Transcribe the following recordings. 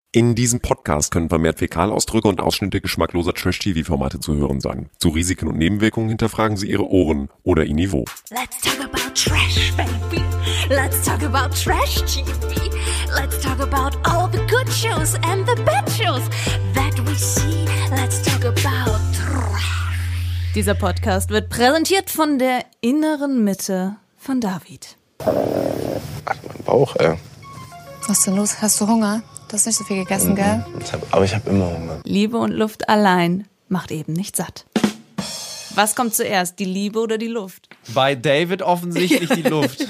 In diesem Podcast können vermehrt Fäkalausdrücke und Ausschnitte geschmackloser Trash-TV-Formate zu hören sein. Zu Risiken und Nebenwirkungen hinterfragen Sie Ihre Ohren oder Ihr Niveau. Let's talk about trash, baby. Let's talk about trash TV. Let's talk about all the good shows and the bad shows that we see. Let's talk about trash. Dieser Podcast wird präsentiert von der inneren Mitte von David. Ach, mein Bauch, ey. Was ist denn los? Hast du Hunger? Du hast nicht so viel gegessen, gell? Aber ich habe immer Hunger. Liebe und Luft allein macht eben nicht satt. Was kommt zuerst, die Liebe oder die Luft? Bei David offensichtlich die Luft.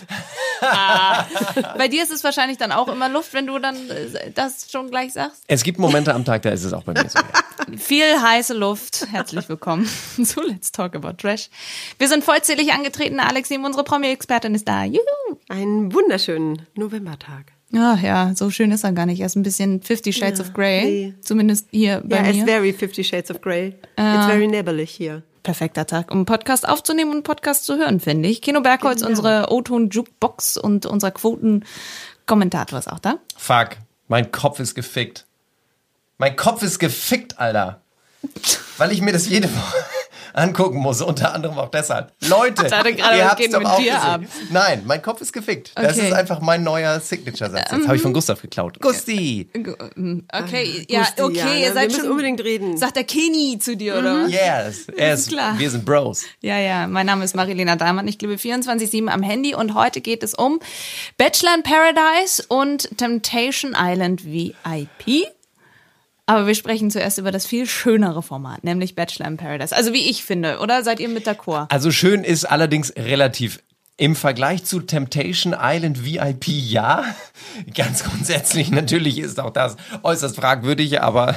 Bei dir ist es wahrscheinlich dann auch immer Luft, wenn du dann das schon gleich sagst? Es gibt Momente am Tag, da ist es auch bei mir so. Ja. Viel heiße Luft. Herzlich willkommen zu Let's Talk About Trash. Wir sind vollzählig angetreten. Alex, unsere Promi-Expertin, ist da. Juhu! Einen wunderschönen Novembertag. Ach ja, so schön ist er gar nicht. Er ist ein bisschen 50 Shades of Grey. Nee. Zumindest hier bei mir. Ja, it's very 50 Shades of Grey. It's very nebelig hier. Perfekter Tag, um einen Podcast aufzunehmen und einen Podcast zu hören, finde ich. Keno Bergholz, genau. Unsere O-Ton-Jukebox und unser Quoten-Kommentator ist auch da. Fuck, mein Kopf ist gefickt. Mein Kopf ist gefickt, Alter. Weil ich mir das jede Woche angucken muss, unter anderem auch deshalb. Leute, ihr habt's doch auch gesehen. Nein, mein Kopf ist gefickt. Okay. Das ist einfach mein neuer Signature-Satz. Jetzt habe ich von Gustav geklaut. Gusti! Okay, ja, Gusti, okay, ihr seid schon unbedingt reden. Sagt der Kenny zu dir, oder? Yes, ist klar. Wir sind Bros. Ja, mein Name ist Marilena Dahlmann. Ich lebe 24/7 am Handy und heute geht es um Bachelor in Paradise und Temptation Island VIP. Aber wir sprechen zuerst über das viel schönere Format, nämlich Bachelor in Paradise. Also wie ich finde, oder? Seid ihr mit d'accord? Also schön ist allerdings relativ. Im Vergleich zu Temptation Island VIP, ja. Ganz grundsätzlich natürlich ist auch das äußerst fragwürdig, aber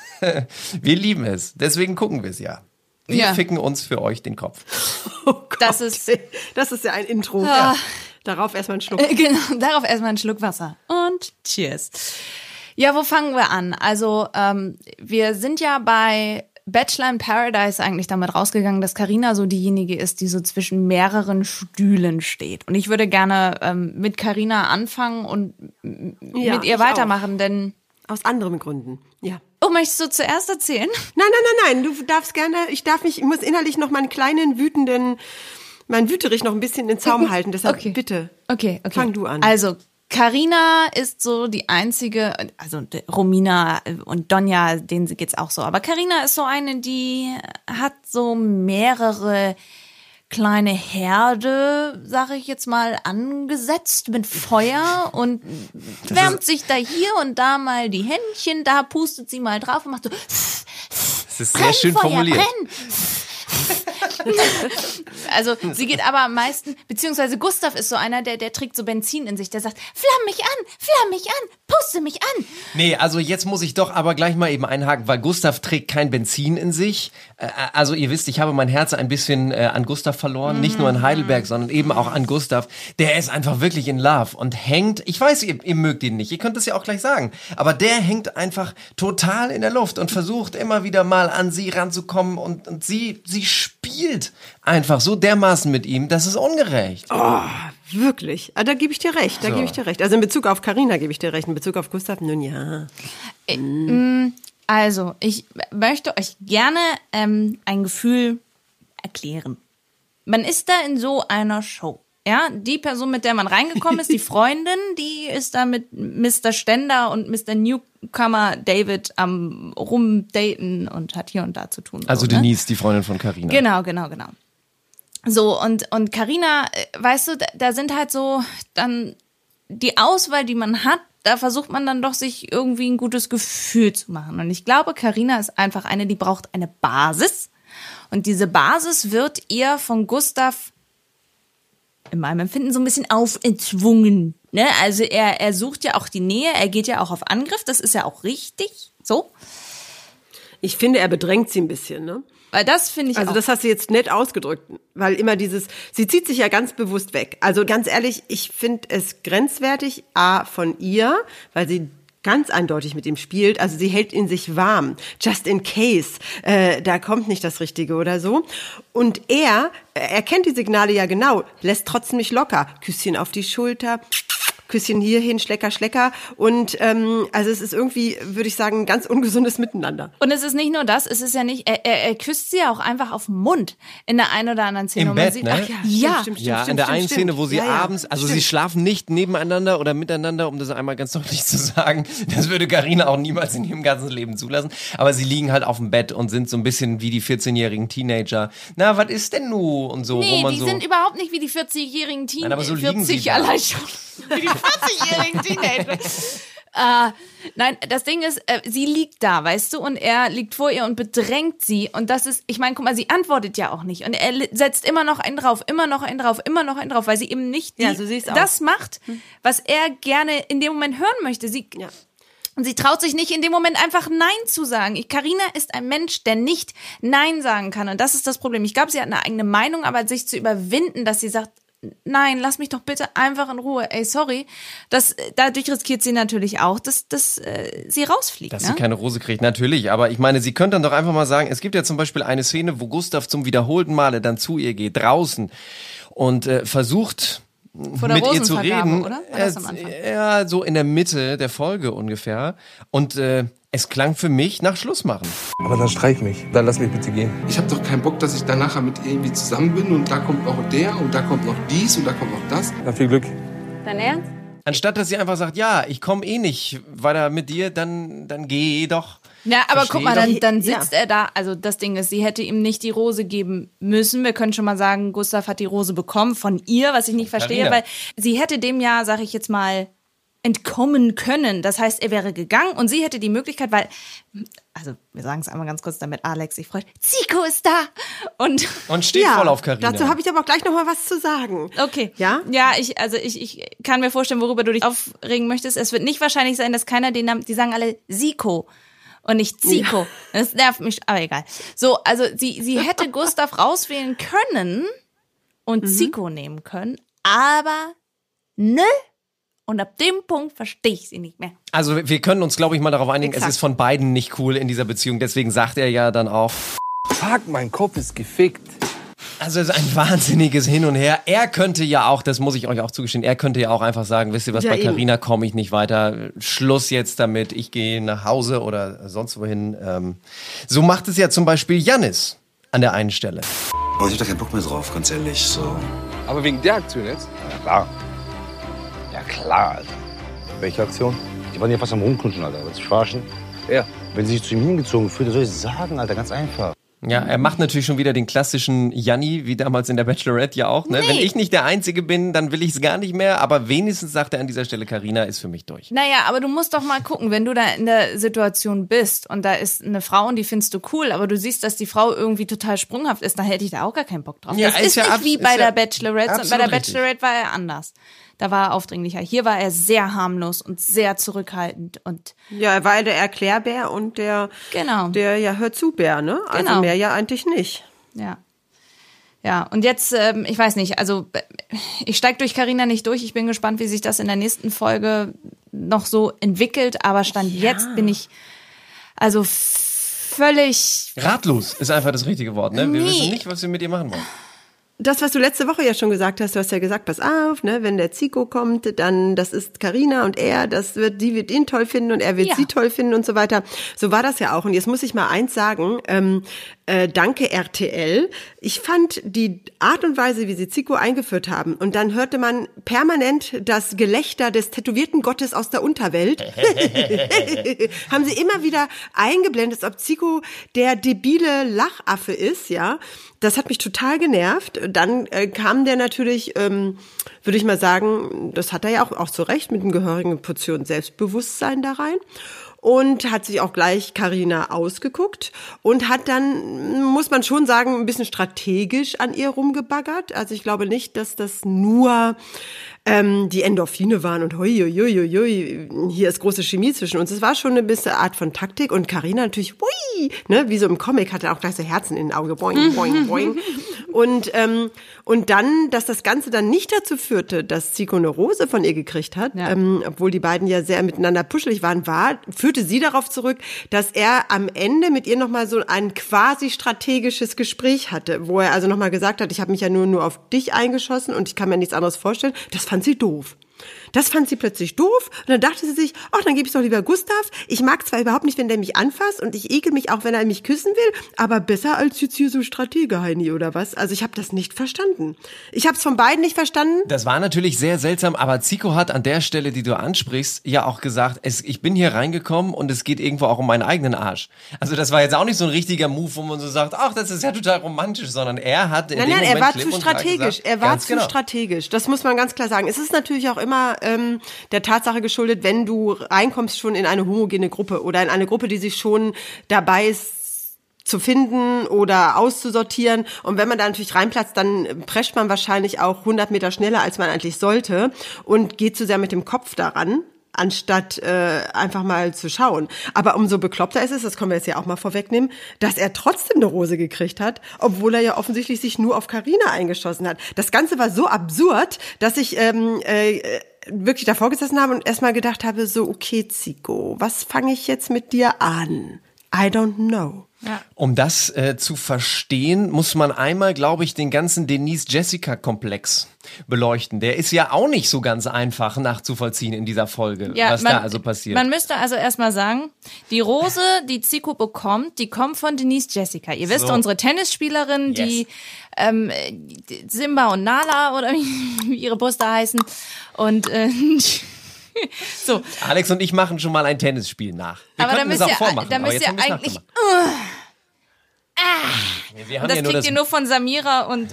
wir lieben es. Deswegen gucken wir es ja. Wir ficken uns für euch den Kopf. Oh Gott, das ist ja ein Intro. Ja. Darauf erstmal einen Schluck. Genau, darauf erstmal einen Schluck Wasser. Und cheers. Ja, wo fangen wir an? Also wir sind ja bei Bachelor in Paradise eigentlich damit rausgegangen, dass Carina so diejenige ist, die so zwischen mehreren Stühlen steht. Und ich würde gerne mit Carina anfangen und mit ihr weitermachen, denn... Aus anderen Gründen, ja. Oh, möchtest du zuerst erzählen? Nein, du darfst gerne, ich muss innerlich noch meinen kleinen meinen Wüterich noch ein bisschen in den Zaum halten, deshalb bitte, fang du an. Also, Carina ist so die einzige, also Romina und Donja, denen geht's auch so. Aber Carina ist so eine, die hat so mehrere kleine Herde, sag ich jetzt mal, angesetzt mit Feuer und wärmt sich da hier und da mal die Händchen, da pustet sie mal drauf und macht so. Das ist sehr schön formuliert. Also sie geht aber am meisten, beziehungsweise Gustav ist so einer, der trägt so Benzin in sich, der sagt, flamm mich an, puste mich an. Nee, also jetzt muss ich doch aber gleich mal eben einhaken, weil Gustav trägt kein Benzin in sich. Also ihr wisst, ich habe mein Herz ein bisschen an Gustav verloren, nicht nur in Heidelberg, sondern eben auch an Gustav. Der ist einfach wirklich in Love und hängt, ich weiß, ihr mögt ihn nicht, ihr könnt das ja auch gleich sagen, aber der hängt einfach total in der Luft und versucht immer wieder mal an sie ranzukommen und sie spielt einfach so dermaßen mit ihm, das ist ungerecht. Oh, wirklich? Da gebe ich dir recht, Also in Bezug auf Carina gebe ich dir recht, in Bezug auf Gustav, nun ja. Also, ich möchte euch gerne ein Gefühl erklären. Man ist da in so einer Show. Ja, die Person, mit der man reingekommen ist, die Freundin, die ist da mit Mr. Stender und Mr. Newcomer David am rumdaten und hat hier und da zu tun. Also so, Denise, die Freundin von Carina. Genau. So, und Carina, weißt du, da sind halt so dann die Auswahl, die man hat, da versucht man dann doch sich irgendwie ein gutes Gefühl zu machen. Und ich glaube, Carina ist einfach eine, die braucht eine Basis. Und diese Basis wird ihr von Gustav in meinem Empfinden so ein bisschen auferzwungen. Ne? Also er sucht ja auch die Nähe, er geht ja auch auf Angriff, das ist ja auch richtig. So. Ich finde, er bedrängt sie ein bisschen, ne? Weil das finde ich Also das hast du jetzt nett ausgedrückt, weil immer sie zieht sich ja ganz bewusst weg. Also ganz ehrlich, ich finde es grenzwertig, von ihr, weil sie ganz eindeutig mit ihm spielt. Also sie hält ihn sich warm, just in case, da kommt nicht das Richtige oder so. Und er kennt die Signale ja genau, lässt trotzdem nicht locker. Küsschen auf die Schulter, Küsschen hierhin, Schlecker, Schlecker. Und also es ist irgendwie, würde ich sagen, ein ganz ungesundes Miteinander. Und es ist nicht nur das, es ist ja nicht, er küsst sie ja auch einfach auf den Mund in der einen oder anderen Szene. Im wo man Bett, sieht, ne? ach ja, Stimmt, in der einen Szene, wo sie abends, also stimmt. sie schlafen nicht nebeneinander oder miteinander, um das einmal ganz deutlich zu sagen. Das würde Carina auch niemals in ihrem ganzen Leben zulassen. Aber sie liegen halt auf dem Bett und sind so ein bisschen wie die 14-jährigen Teenager. Na, was ist denn nu? Und so, wo Nee, man die so. sind überhaupt nicht wie die 40-jährigen Teenager. Nein, aber so liegen sie 40 da. allein schon. Wie die 40-jährigen Teenager. Nein, das Ding ist, sie liegt da, weißt du, und er liegt vor ihr und bedrängt sie. Und das ist, ich meine, guck mal, sie antwortet ja auch nicht. Und er setzt immer noch einen drauf, immer noch einen drauf, immer noch einen drauf, weil sie eben nicht Ja, so siehst du das macht, was er gerne in dem Moment hören möchte. Und sie traut sich nicht in dem Moment einfach Nein zu sagen. Carina ist ein Mensch, der nicht Nein sagen kann. Und das ist das Problem. Ich glaube, sie hat eine eigene Meinung, aber sich zu überwinden, dass sie sagt, nein, lass mich doch bitte einfach in Ruhe. Ey, sorry. Dadurch riskiert sie natürlich auch, dass sie rausfliegt. Dass sie keine Rose kriegt, natürlich. Aber ich meine, sie könnte dann doch einfach mal sagen, es gibt ja zum Beispiel eine Szene, wo Gustav zum wiederholten Male dann zu ihr geht, draußen, und versucht, Vor der mit ihr zu Rosenvergabe, reden. oder? War das am Anfang? Ja, so in der Mitte der Folge ungefähr. Und es klang für mich nach Schluss machen. Aber dann streich mich. Dann lass mich bitte gehen. Ich habe doch keinen Bock, dass ich dann nachher mit ihr irgendwie zusammen bin und da kommt noch der und da kommt noch dies und da kommt noch das. Dann viel Glück. Dein Ernst? Anstatt dass sie einfach sagt, ja, ich komme eh nicht weiter mit dir, dann geh doch. Ja, aber Versteh guck mal, doch. dann sitzt er da. Also das Ding ist, sie hätte ihm nicht die Rose geben müssen. Wir können schon mal sagen, Gustav hat die Rose bekommen von ihr, was ich nicht verstehe, Carina. weil sie hätte dem ja, sag ich jetzt mal, entkommen können. Das heißt, er wäre gegangen und sie hätte die Möglichkeit, weil, also wir sagen es einmal ganz kurz, damit Alex sich freut, Zico ist da! Und steht voll auf Carina. Dazu habe ich aber auch gleich noch mal was zu sagen. okay. Ja? Ja, ich kann mir vorstellen, worüber du dich aufregen möchtest. Es wird nicht wahrscheinlich sein, dass keiner den Namen, die sagen alle Zico und nicht Zico. Ja. Das nervt mich, aber egal. So, also sie hätte Gustav rauswählen können und Zico nehmen können, aber nö. Und ab dem Punkt verstehe ich sie nicht mehr. Also wir können uns, glaube ich, mal darauf einigen, Exakt. es ist von beiden nicht cool in dieser Beziehung. Deswegen sagt er ja dann auch, Fuck, mein Kopf ist gefickt. also es ist ein wahnsinniges Hin und Her. Er könnte ja auch, das muss ich euch auch zugestehen, er könnte ja auch einfach sagen, wisst ihr was, Ja, bei eben. Carina komme ich nicht weiter. Schluss jetzt damit, ich gehe nach Hause oder sonst wohin. So macht es ja zum Beispiel Jannis an der einen Stelle. Aber ich hab da keinen Bock mehr drauf, ganz ehrlich. So. Aber wegen der Aktion jetzt? Ja, klar. Ja, klar, Alter. Welche Aktion? Die waren ja fast am Rumknutschen, Alter. Willst du dich verarschen? Ja. Wenn sie sich zu ihm hingezogen fühlt, soll ich es sagen, Alter. Ganz einfach. Ja, er macht natürlich schon wieder den klassischen Janni, wie damals in der Bachelorette ja auch. Ne? Nee. Wenn ich nicht der Einzige bin, dann will ich es gar nicht mehr. Aber wenigstens sagt er an dieser Stelle, Carina ist für mich durch. Naja, aber du musst doch mal gucken, wenn du da in der Situation bist und da ist eine Frau und die findest du cool, aber du siehst, dass die Frau irgendwie total sprunghaft ist, dann hätte ich da auch gar keinen Bock drauf. Ja, das ist ist ja nicht wie bei ist ja der Bachelorette, sondern bei der absolut richtig. Bachelorette war er anders. Da war er aufdringlicher. Hier war er sehr harmlos und sehr zurückhaltend und Ja, er war der Erklärbär und der Genau. ja hört zu Bär, ne? Also Genau. mehr ja eigentlich nicht. ja. Ja, und jetzt, ich weiß nicht, also ich steig durch Carina nicht durch. Ich bin gespannt, wie sich das in der nächsten Folge noch so entwickelt. Aber Stand jetzt bin ich also völlig... Ratlos ist einfach das richtige Wort. Ne? Wir Nee. wissen nicht, was wir mit ihr machen wollen. Das, was du letzte Woche ja schon gesagt hast, du hast ja gesagt, pass auf, ne, wenn der Zico kommt, dann, das ist Carina und er, die wird ihn toll finden und er wird Ja. sie toll finden und so weiter. So war das ja auch. Und jetzt muss ich mal eins sagen, danke RTL. Ich fand die Art und Weise, wie sie Zico eingeführt haben, und dann hörte man permanent das Gelächter des tätowierten Gottes aus der Unterwelt, haben sie immer wieder eingeblendet, als ob Zico der debile Lachaffe ist, ja. Das hat mich total genervt. Dann kam der natürlich, würde ich mal sagen, das hat er ja auch zu Recht, mit einer gehörigen Portion Selbstbewusstsein da rein. Und hat sich auch gleich Carina ausgeguckt und hat dann, muss man schon sagen, ein bisschen strategisch an ihr rumgebaggert. Also ich glaube nicht, dass das nur die Endorphine waren und hui, hier ist große Chemie zwischen uns. Es war schon eine bisschen Art von Taktik und Carina natürlich, hui, ne, wie so im Comic, hatte auch gleich so Herzen in den Augen, boing, boing, boing. Und dann, dass das Ganze dann nicht dazu führte, dass Zico eine Rose von ihr gekriegt hat, Ja. obwohl die beiden ja sehr miteinander puschelig waren, führte sie darauf zurück, dass er am Ende mit ihr nochmal so ein quasi strategisches Gespräch hatte, wo er also nochmal gesagt hat, ich habe mich ja nur auf dich eingeschossen und ich kann mir nichts anderes vorstellen. Das fand sie doof. Das fand sie plötzlich doof und dann dachte sie sich, ach, dann gebe ich doch lieber Gustav. Ich mag zwar überhaupt nicht, wenn der mich anfasst und ich ekel mich auch, wenn er mich küssen will, aber besser als jetzt hier so Stratege, Heini, oder was? Also ich habe das nicht verstanden. Ich habe es von beiden nicht verstanden. Das war natürlich sehr seltsam, aber Zico hat an der Stelle, die du ansprichst, ja auch gesagt, ich bin hier reingekommen und es geht irgendwo auch um meinen eigenen Arsch. Also das war jetzt auch nicht so ein richtiger Move, wo man so sagt, ach, das ist ja total romantisch, sondern er hat in dem Moment er war klipp zu und klar strategisch. gesagt, Er war ganz zu genau. strategisch. Das muss man ganz klar sagen. Es ist natürlich auch immer der Tatsache geschuldet, wenn du reinkommst schon in eine homogene Gruppe oder in eine Gruppe, die sich schon dabei ist, zu finden oder auszusortieren. Und wenn man da natürlich reinplatzt, dann prescht man wahrscheinlich auch 100 Meter schneller, als man eigentlich sollte und geht zu sehr mit dem Kopf daran, anstatt einfach mal zu schauen. Aber umso bekloppter ist es, das können wir jetzt ja auch mal vorwegnehmen, dass er trotzdem eine Rose gekriegt hat, obwohl er ja offensichtlich sich nur auf Carina eingeschossen hat. Das Ganze war so absurd, dass ich wirklich davor gesessen habe und erstmal gedacht habe, so, okay, Zico, was fange ich jetzt mit dir an? I don't know. Ja. Um das zu verstehen, muss man einmal, glaube ich, den ganzen Denise-Jessica-Komplex beleuchten. Der ist ja auch nicht so ganz einfach nachzuvollziehen in dieser Folge, was da also passiert. Man müsste also erstmal sagen, die Rose, die Zico bekommt, die kommt von Denise Jessica. Ihr wisst, unsere Tennisspielerin, die Simba und Nala oder wie ihre Brüste heißen. Und so. Alex und ich machen schon mal ein Tennisspiel nach. Wir aber da könnten es müsst auch ihr, vormachen. da aber müsst jetzt ihr haben wir es eigentlich. nachgemacht. Wir haben Und das ja nur kriegt ihr nur von Samira und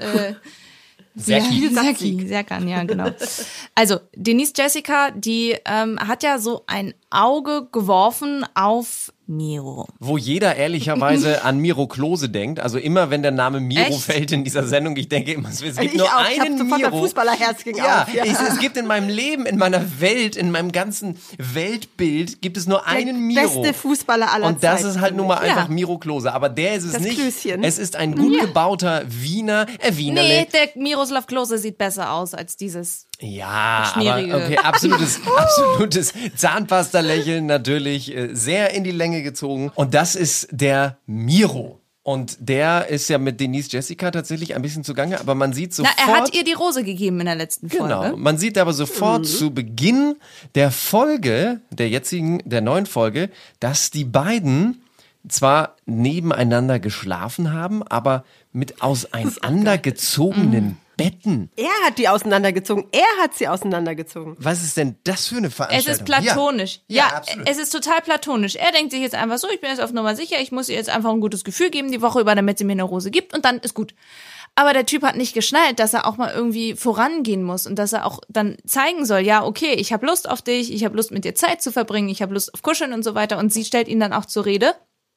Serkan, ja, genau. Also, Denise Jessica, die hat ja so ein Auge geworfen auf Miro. Wo jeder ehrlicherweise an Miro Klose denkt. Also immer, wenn der Name Miro fällt in dieser Sendung, ich denke immer, es gibt nur einen sofort Miro. Das Fußballerherz ging Ja, auf. Ja. Es gibt in meinem Leben, in meiner Welt, in meinem ganzen Weltbild, gibt es nur einen Miro. Beste Fußballer aller Zeiten. Und das ist halt nun mal finde ich. einfach Miro Klose. Aber der ist es Das nicht. Klößchen. Es ist ein gut gebauter Wienerle. Nee, der Miroslav Klose sieht besser aus als dieses. Ja, Schmierige. aber okay, absolutes Zahnpasta-Lächeln natürlich, sehr in die Länge gezogen. Und das ist der Miro. Und der ist ja mit Denise Jessica tatsächlich ein bisschen zugange, aber man sieht sofort... Na, er hat ihr die Rose gegeben in der letzten Folge. Genau, man sieht aber sofort zu Beginn der Folge, der neuen Folge, dass die beiden zwar nebeneinander geschlafen haben, aber mit auseinandergezogenen Betten. Er hat die auseinandergezogen. Er hat sie auseinandergezogen. Was ist denn das für eine Es Veranstaltung? ist platonisch. Ja, absolut. es ist total platonisch. Er denkt sich jetzt einfach so, ich bin jetzt auf Nummer sicher, ich muss ihr jetzt einfach ein gutes Gefühl geben die Woche über, damit sie mir eine Rose gibt und dann ist gut. Aber der Typ hat nicht geschnallt, dass er auch mal irgendwie vorangehen muss und dass er auch dann zeigen soll, ja, okay, ich habe Lust auf dich, ich habe Lust mit dir Zeit zu verbringen, ich habe Lust auf Kuscheln und so weiter. Und sie stellt ihn dann auch zur Rede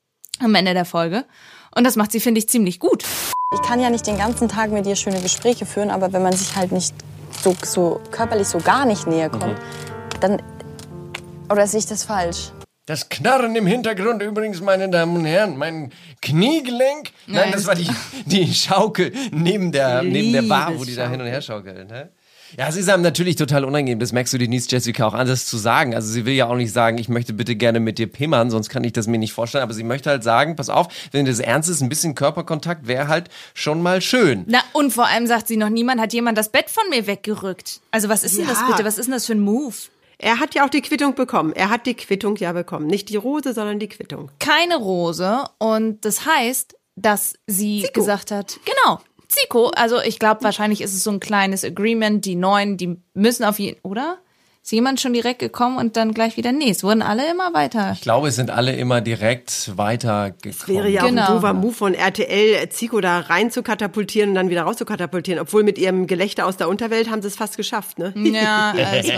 am Ende der Folge. Und das macht sie, finde ich, ziemlich gut. Ich kann ja nicht den ganzen Tag mit dir schöne Gespräche führen, aber wenn man sich halt nicht so körperlich so gar nicht näher kommt, dann... Oder sehe ich das falsch? Das Knarren im Hintergrund übrigens, meine Damen und Herren, mein Kniegelenk. Nein, das war die Schaukel neben der Bar, wo die da hin und her schaukeln. Ne? Ja, es ist einem natürlich total unangenehm, das merkst du Denise Jessica auch an, das zu sagen. Also sie will ja auch nicht sagen, ich möchte bitte gerne mit dir pimmern, sonst kann ich das mir nicht vorstellen. Aber sie möchte halt sagen, pass auf, wenn das ernst ist, ein bisschen Körperkontakt wäre halt schon mal schön. Na, und vor allem sagt sie noch, hat jemand das Bett von mir weggerückt. Also was ist denn das bitte? Was ist denn das für ein Move? Er hat ja auch die Quittung bekommen. Er hat die Quittung ja bekommen. Nicht die Rose, sondern die Quittung. Keine Rose und das heißt, dass sie gesagt hat, genau, Zico, also ich glaube, wahrscheinlich ist es so ein kleines Agreement, die Neuen, die müssen auf jeden, oder? Ist jemand schon direkt gekommen und dann gleich wieder, nee, es wurden alle immer weiter. Ich glaube, es sind alle immer direkt weitergekommen. Es wäre ja auch ein doofer Move von RTL, Zico da rein zu katapultieren und dann wieder raus zu katapultieren. Obwohl mit ihrem Gelächter aus der Unterwelt haben sie es fast geschafft, ne? Ja,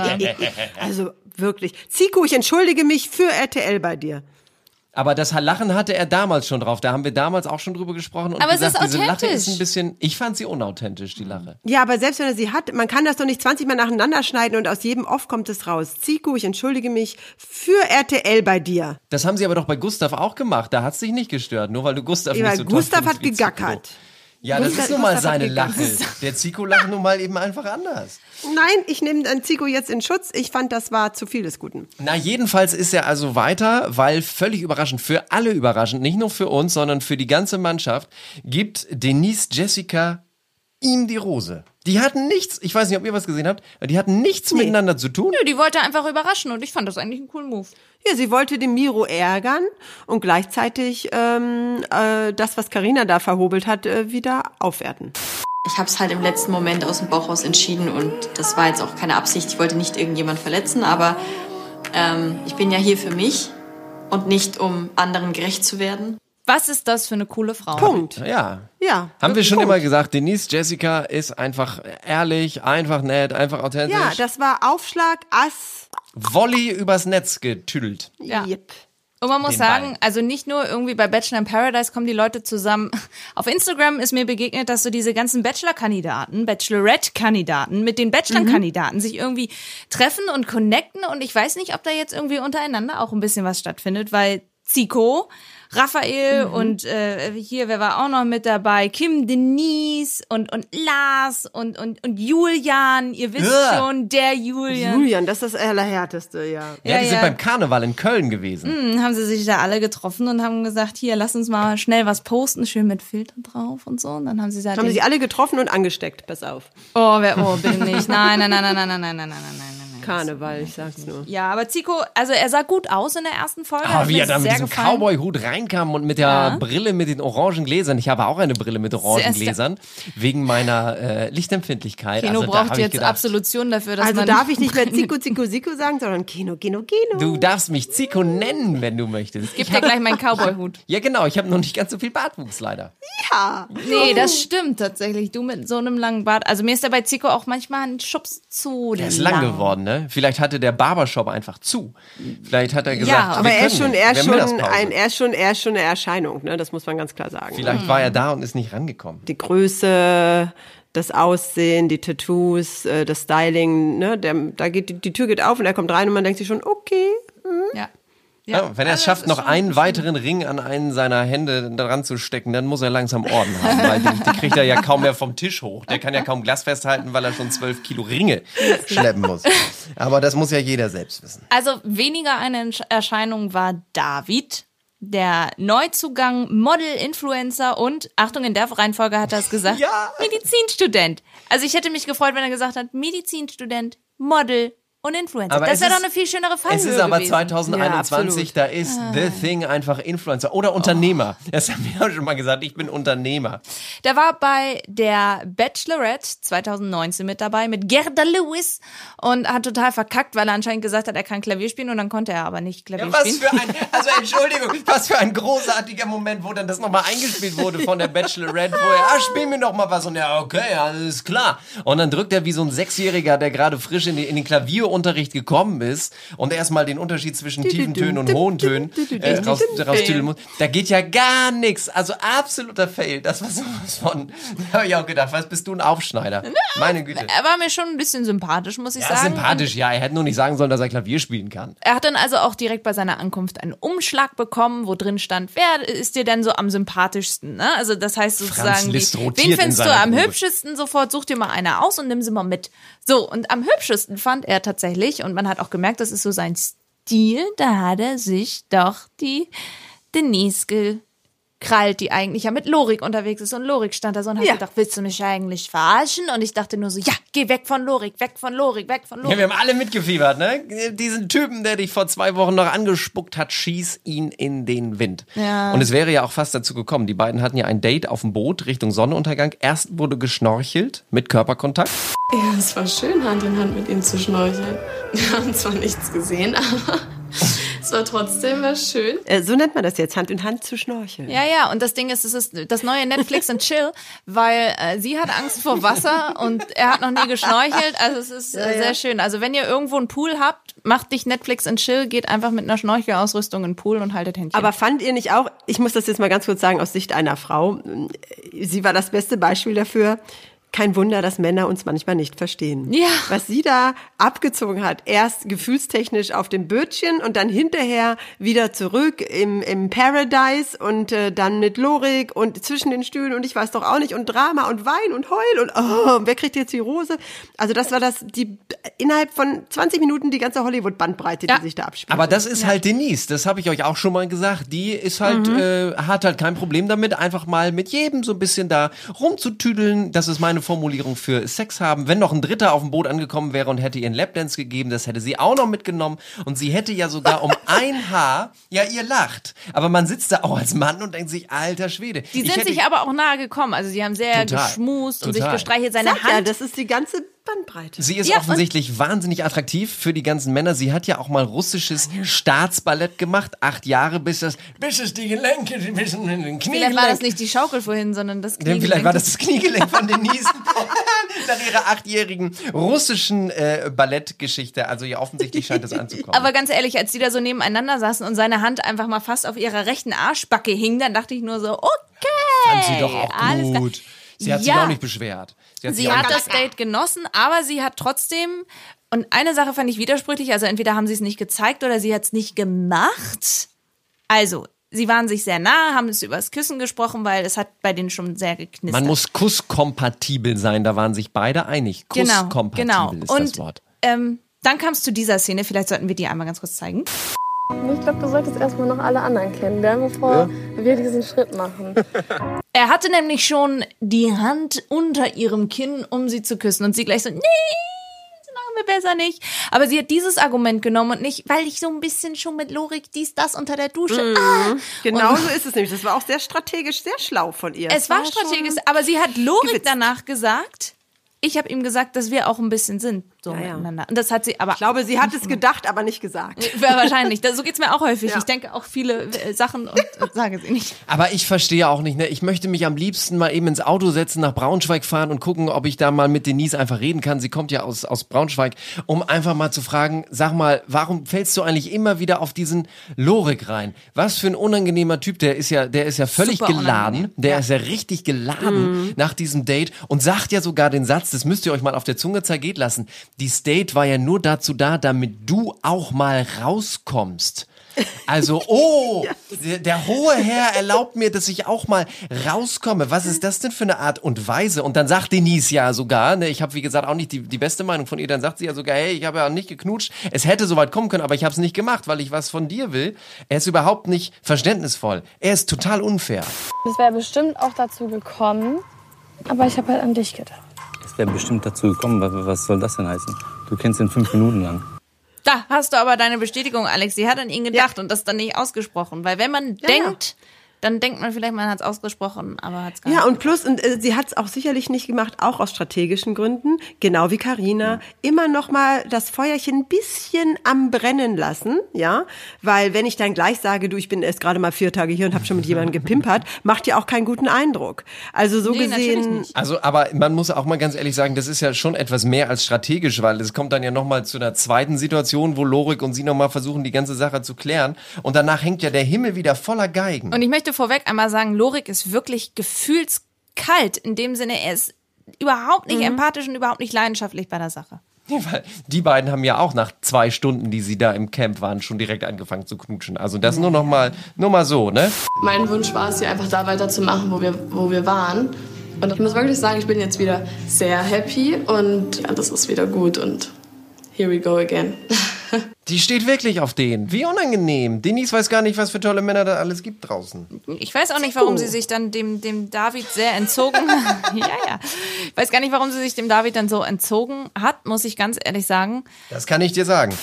also wirklich. Zico, ich entschuldige mich für RTL bei dir. Aber das Lachen hatte er damals schon drauf. Da haben wir damals auch schon drüber gesprochen. Und aber gesagt, es ist diese Lache authentisch. ist ein bisschen, ich fand sie unauthentisch, die Lache. Ja, aber selbst wenn er sie hat, man kann das doch nicht 20 Mal nacheinander schneiden und aus jedem Off kommt es raus. Zico, ich entschuldige mich für RTL bei dir. Das haben sie aber doch bei Gustav auch gemacht. Da hat es dich nicht gestört, nur weil du Gustav nicht so toll Gustav findest hat wie gegackert. Zico. Ja, das ist nun mal Gustav hat seine gegackert. Lache. Der Zico lacht nun mal eben einfach anders. Nein, ich nehme Zico jetzt in Schutz. Ich fand, das war zu viel des Guten. Na, jedenfalls ist er also weiter, weil völlig überraschend, für alle überraschend, nicht nur für uns, sondern für die ganze Mannschaft, gibt Denise Jessica ihm die Rose. Die hatten nichts, ich weiß nicht, ob ihr was gesehen habt, aber die hatten nichts miteinander zu tun. Nö, die wollte einfach überraschen und ich fand das eigentlich einen coolen Move. Ja, sie wollte den Miro ärgern und gleichzeitig das, was Carina da verhobelt hat, wieder aufwerten. Ich habe es halt im letzten Moment aus dem Bauch raus entschieden und das war jetzt auch keine Absicht. Ich wollte nicht irgendjemand verletzen, aber ich bin ja hier für mich und nicht, um anderen gerecht zu werden. Was ist das für eine coole Frau? Punkt. Ja. Ja. Haben wir schon Punkt. immer gesagt, Denise Jessica ist einfach ehrlich, einfach nett, einfach authentisch. Ja, das war Aufschlag, Ass. Volley übers Netz getüdelt. Ja. Yep. Und man muss Den sagen, Ball. also nicht nur irgendwie bei Bachelor in Paradise kommen die Leute zusammen. Auf Instagram ist mir begegnet, dass so diese ganzen Bachelor-Kandidaten, Bachelorette-Kandidaten mit den Bachelor-Kandidaten sich irgendwie treffen und connecten. Und ich weiß nicht, ob da jetzt irgendwie untereinander auch ein bisschen was stattfindet, weil Zico, Raphael und hier, wer war auch noch mit dabei? Kim, Denise und Lars und Julian. Ihr wisst schon, der Julian. Julian, das ist das Allerhärteste, ja. Ja, die sind beim Karneval in Köln gewesen. Haben sie sich da alle getroffen und haben gesagt, hier, lass uns mal schnell was posten, schön mit Filtern drauf und so. Und dann haben sie gesagt, Haben sie alle getroffen und angesteckt, pass auf. bitte nicht. Nein. Karneval, ich sag's nur. Ja, aber Zico, also er sah gut aus in der ersten Folge. Ah, hat wie mir er da mit sehr diesem gefallen. Cowboy-Hut reinkam und mit der Brille mit den orangen Gläsern. Ich habe auch eine Brille mit orangen Gläsern, wegen meiner Lichtempfindlichkeit. Kino also, braucht da jetzt gedacht, Absolution dafür, dass Also man... darf ich nicht mehr Zico sagen, sondern Kino. Du darfst mich Zico nennen, wenn du möchtest. Gib dir gleich meinen Cowboy-Hut. Ja, genau. Ich habe noch nicht ganz so viel Bartwuchs, leider. Ja. Nee, das stimmt tatsächlich. Du mit so einem langen Bart. Also mir ist da bei Zico auch manchmal ein Schubs zu Der ist lang geworden, ne? Vielleicht hatte der Barbershop einfach zu. Vielleicht hat er gesagt, Ja, Aber wir er ist können schon, nicht. er Wir ist haben schon Mittagspause. er ist schon eine Erscheinung, ne? Das muss man ganz klar sagen. Vielleicht war er da und ist nicht rangekommen. Die Größe, das Aussehen, die Tattoos, das Styling, ne? Da geht die Tür geht auf und er kommt rein und man denkt sich schon, okay. Ja. Ja, wenn er es schafft, noch einen weiteren Ring an einen seiner Hände dran zu stecken, dann muss er langsam Orden haben, weil die kriegt er ja kaum mehr vom Tisch hoch. Der kann ja kaum Glas festhalten, weil er schon 12 Kilo Ringe schleppen muss. Aber das muss ja jeder selbst wissen. Also weniger eine Erscheinung war David, der Neuzugang, Model, Influencer und, Achtung, in der Reihenfolge hat er es gesagt, Medizinstudent. Also ich hätte mich gefreut, wenn er gesagt hat, Medizinstudent, Model und Influencer. Aber Das es wäre doch ist- eine viel schönere Fallhöhe Es ist aber gewesen. 2021, da ist The Thing einfach Influencer oder Unternehmer. Das haben wir auch schon mal gesagt, ich bin Unternehmer. Der war bei der Bachelorette 2019 mit dabei, mit Gerda Lewis und hat total verkackt, weil er anscheinend gesagt hat, er kann Klavier spielen und dann konnte er aber nicht Klavier Ja, was spielen. für ein, also Entschuldigung, was für ein großartiger Moment, wo dann das nochmal eingespielt wurde von der Bachelorette, wo er, spiel mir doch mal was und ja, okay, alles klar. Und dann drückt er wie so ein Sechsjähriger, der gerade frisch in den Klavierunterricht gekommen ist und erstmal den Unterschied zwischen tiefen Tönen und hohen Tönen raustüdeln muss. Da geht ja gar nichts, also absoluter Fail. Das war sowas von, da habe ich auch gedacht, was bist du ein Aufschneider? Meine Güte. Er war mir schon ein bisschen sympathisch, muss ich Ja, sagen. sympathisch, ja. Er hätte nur nicht sagen sollen, dass er Klavier spielen kann. Er hat dann also auch direkt bei seiner Ankunft einen Umschlag bekommen, wo drin stand, wer ist dir denn so am sympathischsten? Ne? Also das heißt sozusagen, Liszt rotiert wen in findest du seiner am Grube. hübschesten? Sofort such dir mal einer aus und nimm sie mal mit. So, und am hübschesten fand er tatsächlich, und man hat auch gemerkt, das ist so sein Stil, da hat er sich doch die Denise gekrallt, die eigentlich ja mit Lorik unterwegs ist. Und Lorik stand da so und hat gedacht, willst du mich eigentlich verarschen? Und ich dachte nur so, ja, geh weg von Lorik, weg von Lorik, weg von Ja, Lorik. wir haben alle mitgefiebert, ne? Diesen Typen, der dich vor 2 Wochen noch angespuckt hat, schieß ihn in den Wind. Ja. Und es wäre ja auch fast dazu gekommen. Die beiden hatten ja ein Date auf dem Boot Richtung Sonnenuntergang. Erst wurde geschnorchelt mit Körperkontakt. Ja, es war schön, Hand in Hand mit ihm zu schnorcheln. Wir haben zwar nichts gesehen, aber es war trotzdem was schön. So nennt man das jetzt, Hand in Hand zu schnorcheln. Ja, ja, und das Ding ist, es ist das neue Netflix and Chill, weil sie hat Angst vor Wasser und er hat noch nie geschnorchelt, also es ist sehr schön. Also wenn ihr irgendwo einen Pool habt, macht nicht Netflix and Chill, geht einfach mit einer Schnorchelausrüstung in den Pool und haltet Händchen. Aber fand ihr nicht auch, ich muss das jetzt mal ganz kurz sagen, aus Sicht einer Frau, sie war das beste Beispiel dafür, kein Wunder, dass Männer uns manchmal nicht verstehen. Ja. Was sie da abgezogen hat, erst gefühlstechnisch auf dem Bötchen und dann hinterher wieder zurück im Paradise und dann mit Lorik und zwischen den Stühlen und ich weiß doch auch nicht und Drama und Wein und Heul und wer kriegt jetzt die Rose? Also das war innerhalb von 20 Minuten die ganze Hollywood-Bandbreite, die sich da abspielt. Aber das ist halt Denise, das habe ich euch auch schon mal gesagt. Die ist halt, hat halt kein Problem damit, einfach mal mit jedem so ein bisschen da rumzutüdeln. Das ist meine Formulierung für Sex haben. Wenn noch ein Dritter auf dem Boot angekommen wäre und hätte ihr einen Lapdance gegeben, das hätte sie auch noch mitgenommen. Und sie hätte ja sogar um ein Haar, ja, ihr lacht. Aber man sitzt da auch als Mann und denkt sich, alter Schwede. Die sind sich aber auch nahe gekommen. Also sie haben sehr geschmust und sich gestreichelt. Seine Hand. Ja, das ist die ganze Bandbreite. Sie ist offensichtlich wahnsinnig attraktiv für die ganzen Männer. Sie hat ja auch mal russisches Staatsballett gemacht. 8 Jahre, bis es die Gelenke, bis in den Kniegelenk. Vielleicht war das nicht die Schaukel vorhin, sondern das Kniegelenk. Vielleicht war das Kniegelenk von Denise. Nach ihrer 8-jährigen russischen Ballettgeschichte. Also ja, offensichtlich scheint es anzukommen. Aber ganz ehrlich, als die da so nebeneinander saßen und seine Hand einfach mal fast auf ihrer rechten Arschbacke hing, dann dachte ich nur so, okay. Fand sie doch auch gut. Sie hat sich auch nicht beschwert. Sie hat das Date genossen, aber sie hat trotzdem, und eine Sache fand ich widersprüchlich, also entweder haben sie es nicht gezeigt oder sie hat es nicht gemacht. Also, sie waren sich sehr nah, haben es über das Küssen gesprochen, weil es hat bei denen schon sehr geknistert. Man muss kusskompatibel sein, da waren sich beide einig. Kusskompatibel ist das Wort. Dann kam es zu dieser Szene, vielleicht sollten wir die einmal ganz kurz zeigen. Ich glaube, du solltest erstmal noch alle anderen kennenlernen, bevor wir diesen Schritt machen. Er hatte nämlich schon die Hand unter ihrem Kinn, um sie zu küssen. Und sie gleich so, nee, das machen wir besser nicht. Aber sie hat dieses Argument genommen und nicht, weil ich so ein bisschen schon mit Lorik das unter der Dusche. Genau so ist es nämlich. Das war auch sehr strategisch, sehr schlau von ihr. Es war strategisch, aber sie hat Lorik danach gesagt, ich habe ihm gesagt, dass wir auch ein bisschen sind, so miteinander. Und das hat sie aber. Ich glaube, sie hat es gedacht, aber nicht gesagt. Wahrscheinlich. So geht's mir auch häufig. Ja. Ich denke auch viele Sachen und sage sie nicht. Aber ich verstehe auch nicht, ne? Ich möchte mich am liebsten mal eben ins Auto setzen, nach Braunschweig fahren und gucken, ob ich da mal mit Denise einfach reden kann. Sie kommt ja aus Braunschweig, um einfach mal zu fragen, sag mal, warum fällst du eigentlich immer wieder auf diesen Lorik rein? Was für ein unangenehmer Typ, der ist ja völlig super geladen. Der ist ja richtig geladen nach diesem Date und sagt ja sogar den Satz, das müsst ihr euch mal auf der Zunge zergehen lassen. Die Date war ja nur dazu da, damit du auch mal rauskommst. Also, der hohe Herr erlaubt mir, dass ich auch mal rauskomme. Was ist das denn für eine Art und Weise? Und dann sagt Denise ja sogar, ne, ich habe wie gesagt auch nicht die beste Meinung von ihr, dann sagt sie ja sogar, hey, ich habe ja nicht geknutscht. Es hätte soweit kommen können, aber ich habe es nicht gemacht, weil ich was von dir will. Er ist überhaupt nicht verständnisvoll. Er ist total unfair. Es wäre bestimmt auch dazu gekommen, aber ich habe halt an dich gedacht. Es wäre bestimmt dazu gekommen. Was soll das denn heißen? Du kennst ihn 5 Minuten lang. Da hast du aber deine Bestätigung, Alex. Sie hat an ihn gedacht und das dann nicht ausgesprochen. Weil wenn man denkt, dann denkt man vielleicht, man hat es ausgesprochen, aber hat es gar nicht. Ja, und plus, sie hat es auch sicherlich nicht gemacht, auch aus strategischen Gründen, genau wie Carina, immer noch mal das Feuerchen ein bisschen am Brennen lassen, ja, weil wenn ich dann gleich sage, du, ich bin erst gerade mal 4 Tage hier und habe schon mit jemandem gepimpert, macht ja auch keinen guten Eindruck. Also so gesehen. Also, aber man muss auch mal ganz ehrlich sagen, das ist ja schon etwas mehr als strategisch, weil es kommt dann ja noch mal zu einer zweiten Situation, wo Lorik und sie noch mal versuchen, die ganze Sache zu klären und danach hängt ja der Himmel wieder voller Geigen. Und ich möchte vorweg einmal sagen, Lorik ist wirklich gefühlskalt. In dem Sinne, er ist überhaupt nicht empathisch und überhaupt nicht leidenschaftlich bei der Sache. Ja, weil die beiden haben ja auch nach 2 Stunden, die sie da im Camp waren, schon direkt angefangen zu knutschen. Also das nur mal so, ne? Mein Wunsch war es, hier einfach da weiterzumachen, wo wir waren. Und ich muss wirklich sagen, ich bin jetzt wieder sehr happy und ja, das ist wieder gut und here we go again. Die steht wirklich auf den. Wie unangenehm. Denise weiß gar nicht, was für tolle Männer da alles gibt draußen. Ich weiß auch nicht, warum sie sich dann dem David sehr entzogen hat. Ja. Ich weiß gar nicht, warum sie sich dem David dann so entzogen hat, muss ich ganz ehrlich sagen. Das kann ich dir sagen.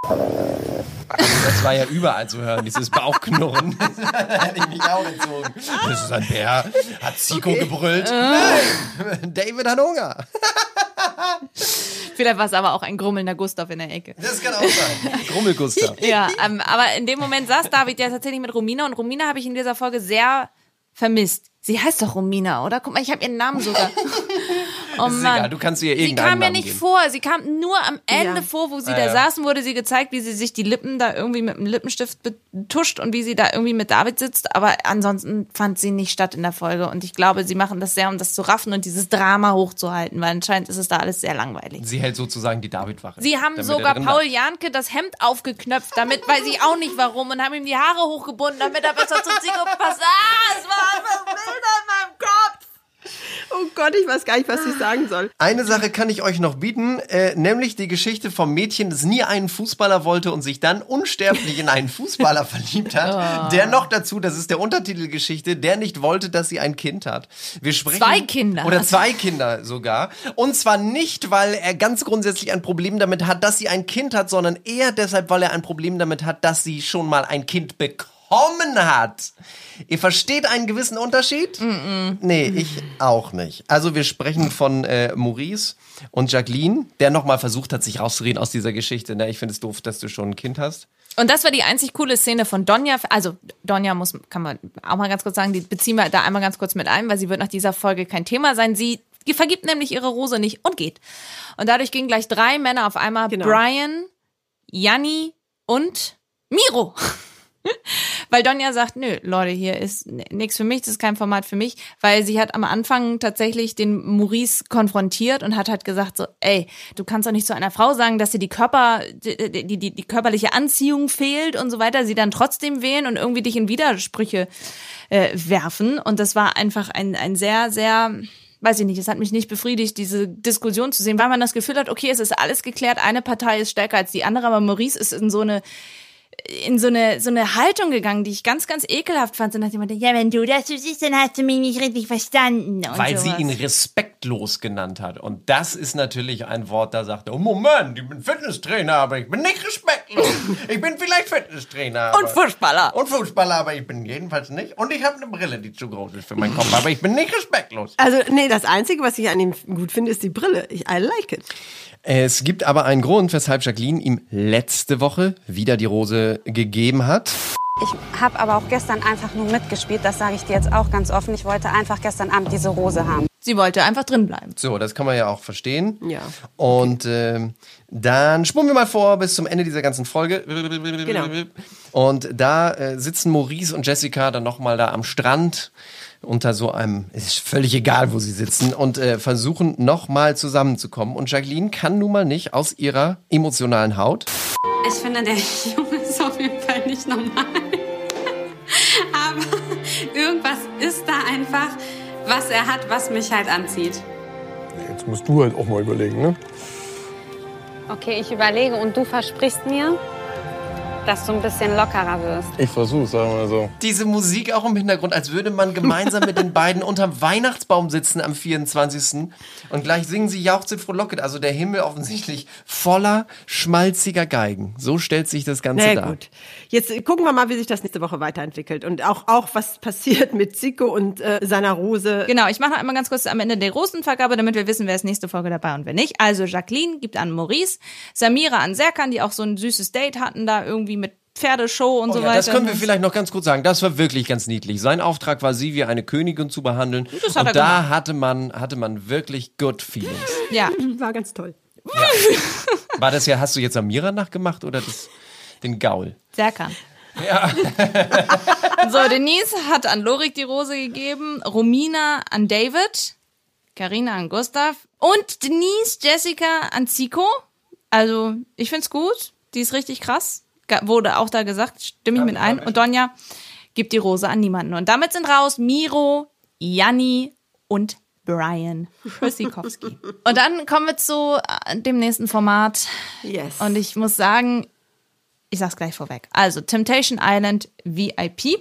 Das war ja überall zu hören, dieses Bauchknurren. Da hätte ich mich auch entzogen. Das ist ein Bär. Hat Zico gebrüllt. Nein, David hat Hunger. Vielleicht war es aber auch ein grummelnder Gustav in der Ecke. Das kann auch sein. Grummel-Gustav. Ja, aber in dem Moment saß David ja tatsächlich mit Romina und Romina habe ich in dieser Folge sehr vermisst. Sie heißt doch Romina, oder? Guck mal, ich habe ihren Namen sogar. Oh ist Mann. Egal, du kannst ihr irgendeinen Sie kam ja Namen nicht geben. vor, sie kam nur am Ende vor, wo sie da saßen, wurde sie gezeigt, wie sie sich die Lippen da irgendwie mit einem Lippenstift betuscht und wie sie da irgendwie mit David sitzt, aber ansonsten fand sie nicht statt in der Folge und ich glaube, sie machen das sehr, um das zu raffen und dieses Drama hochzuhalten, weil anscheinend ist es da alles sehr langweilig. Sie hält sozusagen die David-Wache. Sie haben sogar Paul Janke das Hemd aufgeknöpft, damit, weiß ich auch nicht warum, und haben ihm die Haare hochgebunden, damit er besser zum Zico passt. Es war einfach Bilder in meinem Kopf. Oh Gott, ich weiß gar nicht, was ich sagen soll. Eine Sache kann ich euch noch bieten, nämlich die Geschichte vom Mädchen, das nie einen Fußballer wollte und sich dann unsterblich in einen Fußballer verliebt hat. Der noch dazu, das ist der Untertitelgeschichte, der nicht wollte, dass sie ein Kind hat. Wir sprechen 2 Kinder. Oder 2 Kinder sogar. Und zwar nicht, weil er ganz grundsätzlich ein Problem damit hat, dass sie ein Kind hat, sondern eher deshalb, weil er ein Problem damit hat, dass sie schon mal ein Kind bekommen hat. Ihr versteht einen gewissen Unterschied? Nee, ich auch nicht. Also wir sprechen von Maurice und Jacqueline, der nochmal versucht hat, sich rauszureden aus dieser Geschichte. Ne? Ich finde es doof, dass du schon ein Kind hast. Und das war die einzig coole Szene von Donja. Also Donja kann man auch mal ganz kurz sagen, die beziehen wir da einmal ganz kurz mit ein, weil sie wird nach dieser Folge kein Thema sein. Sie vergibt nämlich ihre Rose nicht und geht. Und dadurch gingen gleich 3 Männer auf einmal, genau. Brian, Janni und Miro. Weil Donja sagt, nö, Leute, hier ist nichts für mich, das ist kein Format für mich, weil sie hat am Anfang tatsächlich den Maurice konfrontiert und hat halt gesagt so, ey, du kannst doch nicht zu einer Frau sagen, dass dir die körperliche Anziehung fehlt und so weiter, sie dann trotzdem wählen und irgendwie dich in Widersprüche werfen. Und das war einfach ein sehr, sehr, weiß ich nicht, es hat mich nicht befriedigt, diese Diskussion zu sehen, weil man das Gefühl hat, okay, es ist alles geklärt, eine Partei ist stärker als die andere, aber Maurice ist in so eine Haltung gegangen, die ich ganz, ganz ekelhaft fand. So nach dem Motto, ja, wenn du das so siehst, dann hast du mich nicht richtig verstanden. Und weil sowas. Sie ihn respektlos genannt hat. Und das ist natürlich ein Wort, da sagt er, oh Moment, ich bin Fitnesstrainer, aber ich bin nicht respektlos. Ich bin vielleicht Fitnesstrainer. Und Fußballer. Und Fußballer, aber ich bin jedenfalls nicht. Und ich habe eine Brille, die zu groß ist für meinen Kopf, aber ich bin nicht respektlos. Also, nee, das Einzige, was ich an ihm gut finde, ist die Brille. I like it. Es gibt aber einen Grund, weshalb Jacqueline ihm letzte Woche wieder die Rose gegeben hat. Ich habe aber auch gestern einfach nur mitgespielt, das sage ich dir jetzt auch ganz offen. Ich wollte einfach gestern Abend diese Rose haben. Sie wollte einfach drin bleiben. So, das kann man ja auch verstehen. Ja. Und dann spulen wir mal vor bis zum Ende dieser ganzen Folge. Genau. Und da sitzen Maurice und Jessica dann nochmal da am Strand unter so einem, es ist völlig egal, wo sie sitzen, und versuchen nochmal zusammenzukommen. Und Jacqueline kann nun mal nicht aus ihrer emotionalen Haut. Ich finde, der Junge ist auf jeden Fall nicht normal. Aber irgendwas ist da einfach, was er hat, was mich halt anzieht. Jetzt musst du halt auch mal überlegen, ne? Okay, ich überlege und du versprichst mir, dass du ein bisschen lockerer wirst. Ich versuch's, sagen wir mal so. Diese Musik auch im Hintergrund, als würde man gemeinsam mit den beiden unterm Weihnachtsbaum sitzen am 24. Und gleich singen sie Jauchzit frohlocket. Also der Himmel offensichtlich voller schmalziger Geigen. So stellt sich das Ganze dar. Gut. Jetzt gucken wir mal, wie sich das nächste Woche weiterentwickelt. Und auch was passiert mit Zico und seiner Rose. Genau, ich mache noch einmal ganz kurz am Ende die Rosenvergabe, damit wir wissen, wer ist nächste Folge dabei und wer nicht. Also Jacqueline gibt an Maurice, Samira an Serkan, die auch so ein süßes Date hatten da irgendwie mit Pferdeshow und so weiter. Das können wir vielleicht noch ganz kurz sagen. Das war wirklich ganz niedlich. Sein Auftrag war, sie wie eine Königin zu behandeln. Das hat und er da hatte man wirklich good feelings. Ja. War ganz toll. Ja. War das ja, hast du jetzt Samira nachgemacht oder den Gaul? Serkan. Ja. So, Denise hat an Lorik die Rose gegeben, Romina an David, Carina an Gustav und Denise, Jessica an Zico. Also, ich find's gut. Die ist richtig krass. Wurde auch da gesagt, stimme ich mit ein. Und Donja gibt die Rose an niemanden. Und damit sind raus Miro, Janni und Brian Schüssikowski. Und dann kommen wir zu dem nächsten Format. Yes. Und ich muss sagen, ich sag's gleich vorweg. Also, Temptation Island VIP.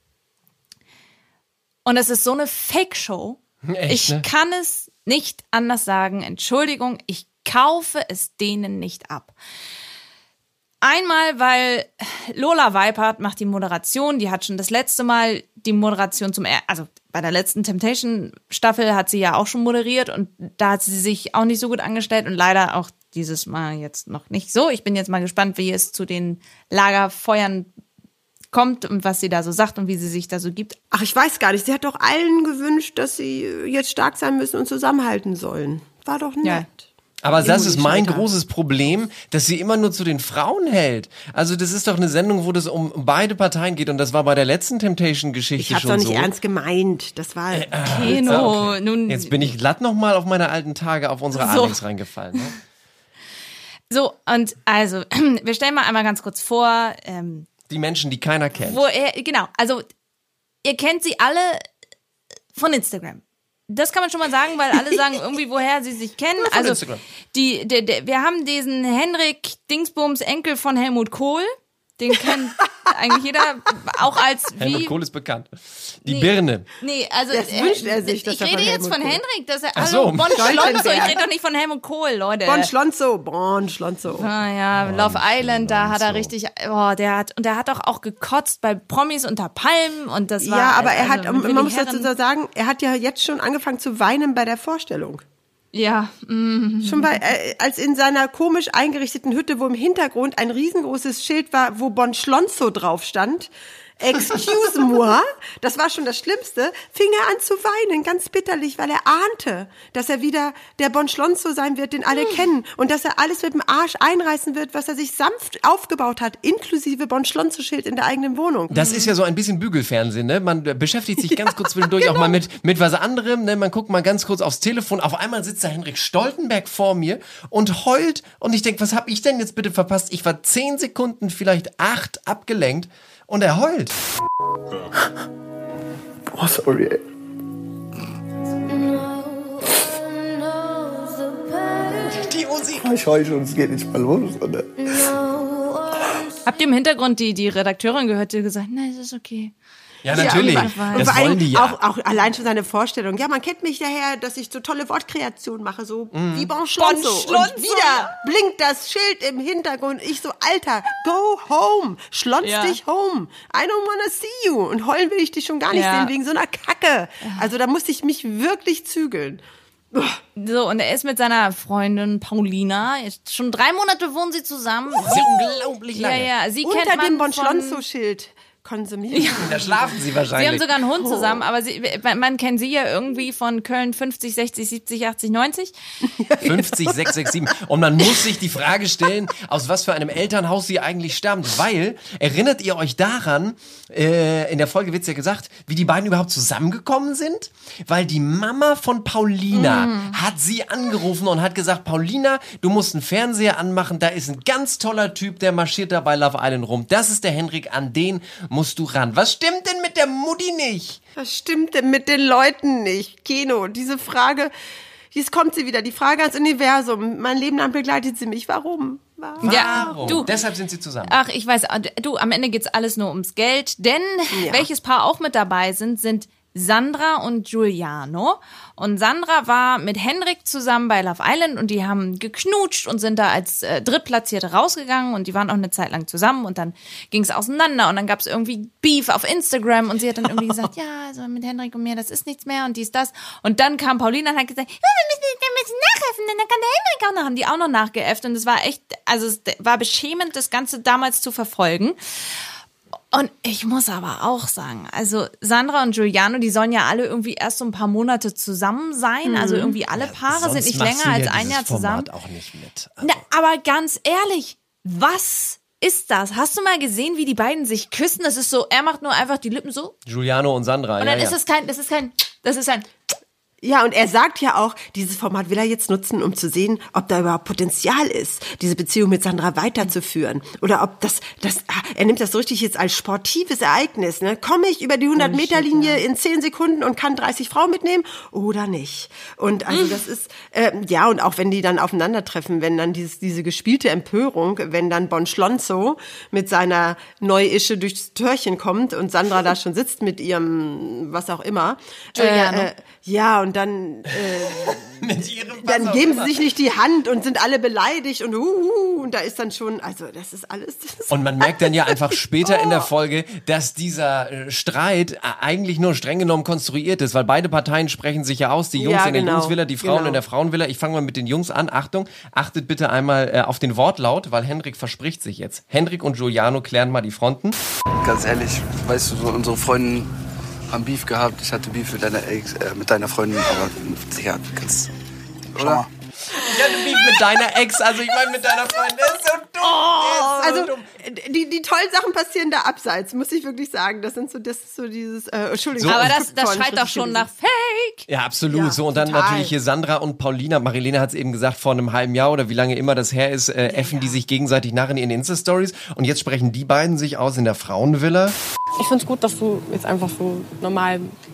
Und es ist so eine Fake-Show. Echt, Ich ne? kann es nicht anders sagen. Entschuldigung, ich kaufe es denen nicht ab. Einmal, weil Lola Weipert macht die Moderation, die hat schon das letzte Mal die Moderation also bei der letzten Temptation-Staffel hat sie ja auch schon moderiert und da hat sie sich auch nicht so gut angestellt und leider auch dieses Mal jetzt noch nicht so. Ich bin jetzt mal gespannt, wie es zu den Lagerfeuern kommt und was sie da so sagt und wie sie sich da so gibt. Ach, ich weiß gar nicht. Sie hat doch allen gewünscht, dass sie jetzt stark sein müssen und zusammenhalten sollen. War doch nett. Ja. Aber das ist mein großes Problem, dass sie immer nur zu den Frauen hält. Also das ist doch eine Sendung, wo das um beide Parteien geht und das war bei der letzten Temptation-Geschichte schon so. Ich hab's doch nicht ernst gemeint. Das war Keno. Nun, jetzt bin ich glatt nochmal auf meine alten Tage auf unsere Alex reingefallen. Ne? So, und also, wir stellen mal einmal ganz kurz vor. Die Menschen, die keiner kennt. Genau, also ihr kennt sie alle von Instagram. Das kann man schon mal sagen, weil alle sagen irgendwie, woher sie sich kennen. Von Also Instagram. wir haben diesen Henrik Dingsbums, Enkel von Helmut Kohl. Den kennt eigentlich jeder, auch als wie... Helmut Kohl ist bekannt. Die Birne. Nee, also... Das wünscht er sich, dass ich er rede von jetzt Helmut von Kohl. Henrik, dass er... Ach so. Bon Schlonzo, ich Stoltenberg. rede doch nicht von Helmut Kohl, Leute. Bon Schlonzo. Ah ja, Love Island, da hat er richtig... der hat doch auch gekotzt bei Promis unter Palmen und das war... Ja, aber er hat, also mit man muss Willi dazu Herren- sagen, er hat ja jetzt schon angefangen zu weinen bei der Vorstellung. Ja. Schon als in seiner komisch eingerichteten Hütte, wo im Hintergrund ein riesengroßes Schild war, wo Bon Schlonzo drauf stand. Excuse moi, das war schon das Schlimmste, fing er an zu weinen, ganz bitterlich, weil er ahnte, dass er wieder der Bon Schlonzo sein wird, den alle kennen und dass er alles mit dem Arsch einreißen wird, was er sich sanft aufgebaut hat, inklusive Bon Schlonzo-Schild in der eigenen Wohnung. Das ist ja so ein bisschen Bügelfernsehen, ne? Man beschäftigt sich ganz kurz zwischendurch auch mal mit was anderem, ne? Man guckt mal ganz kurz aufs Telefon, auf einmal sitzt da Henrik Stoltenberg vor mir und heult und ich denke, was hab ich denn jetzt bitte verpasst? Ich war 10 Sekunden, vielleicht 8 abgelenkt und er heult. Oh, sorry, ey. Die Musik. Ich heule schon, es geht nicht mal los, oder? Habt ihr im Hintergrund die Redakteurin gehört, die gesagt, nein, es ist okay. Ja, natürlich. Und Das vor allem wollen die ja. auch allein schon seine Vorstellung. Ja, man kennt mich daher, dass ich so tolle Wortkreationen mache, so wie Bon Schlonzo. Und wieder blinkt das Schild im Hintergrund. Ich so, Alter, go home. Schlonz dich home. I don't wanna see you. Und heulen will ich dich schon gar nicht sehen, wegen so einer Kacke. Also da musste ich mich wirklich zügeln. So, und er ist mit seiner Freundin Paulina, jetzt schon 3 Monate wohnen sie zusammen. Das ist unglaublich lange. Ja, sie Unter kennt man dem Bon von- Schlonzo-Schild konsumieren. Da schlafen sie Sie wahrscheinlich. haben sogar einen Hund zusammen, aber man kennt sie ja irgendwie von Köln 50, 60, 70, 80, 90. 50, 6, 6, 7. Und man muss sich die Frage stellen, aus was für einem Elternhaus sie eigentlich stammt. Weil, erinnert ihr euch daran, in der Folge wird's ja gesagt, wie die beiden überhaupt zusammengekommen sind? Weil die Mama von Paulina hat sie angerufen und hat gesagt, Paulina, du musst einen Fernseher anmachen, da ist ein ganz toller Typ, der marschiert da bei Love Island rum. Das ist der Henrik, an den musst du ran. Was stimmt denn mit der Mutti nicht? Was stimmt denn mit den Leuten nicht? Keno, diese Frage, jetzt kommt sie wieder, die Frage ans Universum. Mein Leben lang begleitet sie mich. Warum? Ja, du. Deshalb sind sie zusammen. Ach, ich weiß, du, am Ende geht's alles nur ums Geld, denn welches Paar auch mit dabei sind Sandra und Giuliano. Und Sandra war mit Henrik zusammen bei Love Island und die haben geknutscht und sind da als Drittplatzierte rausgegangen und die waren auch eine Zeit lang zusammen und dann ging's auseinander und dann gab's irgendwie Beef auf Instagram und sie hat dann irgendwie gesagt, ja, also mit Henrik und mir, das ist nichts mehr und dies, das. Und dann kam Paulina und hat gesagt, ja, wir müssen nachhelfen, denn dann kann der Henrik auch noch, haben die auch noch nachgeäfft und es war echt, also es war beschämend, das Ganze damals zu verfolgen. Und ich muss aber auch sagen, also Sandra und Giuliano, die sollen ja alle irgendwie erst so ein paar Monate zusammen sein. Also irgendwie alle Paare sind nicht länger als ein Jahr zusammen. Auch nicht mit. Na, aber ganz ehrlich, was ist das? Hast du mal gesehen, wie die beiden sich küssen? Das ist so, er macht nur einfach die Lippen so. Giuliano und Sandra. Und dann ist es das ist ein. Ja, und er sagt ja auch, dieses Format will er jetzt nutzen, um zu sehen, ob da überhaupt Potenzial ist, diese Beziehung mit Sandra weiterzuführen. Oder ob er nimmt das so richtig jetzt als sportives Ereignis, ne? Komme ich über die 100-Meter-Linie in 10 Sekunden und kann 30 Frauen mitnehmen oder nicht? Und also das ist, ja, und auch wenn die dann aufeinandertreffen, wenn dann diese gespielte Empörung, wenn dann Bon Schlonzo mit seiner Neu-Ische durchs Türchen kommt und Sandra da schon sitzt mit ihrem, was auch immer. Giuliano. Ja, und dann, dann geben sie sich nicht die Hand und sind alle beleidigt und da ist dann schon, also das ist alles. Und man merkt dann ja einfach später in der Folge, dass dieser Streit eigentlich nur streng genommen konstruiert ist, weil beide Parteien sprechen sich ja aus, die Jungs in der Jungsvilla, die Frauen in der Frauenvilla. Ich fange mal mit den Jungs an. Achtung, achtet bitte einmal auf den Wortlaut, weil Henrik verspricht sich jetzt. Henrik und Giuliano klären mal die Fronten. Ganz ehrlich, weißt du, so unsere Freundin haben Beef gehabt. Ich hatte Beef mit deiner Freundin, aber sicher, ganz. Oder? Ich hatte Beef mit deiner Ex, also ich meine mit deiner Freundin. Das ist so dumm. Also die tollen Sachen passieren da abseits, muss ich wirklich sagen. Das ist so dieses, Entschuldigung. Aber das schreit doch schon nach Fake. Ja, absolut. Ja, so, und dann total. natürlich hier Sandra und Paulina. Marilena hat es eben gesagt, vor einem halben Jahr oder wie lange immer das her ist, äffen die sich gegenseitig nach in ihren Insta-Stories. Und jetzt sprechen die beiden sich aus in der Frauenvilla. Ich find's gut, dass du jetzt einfach so normal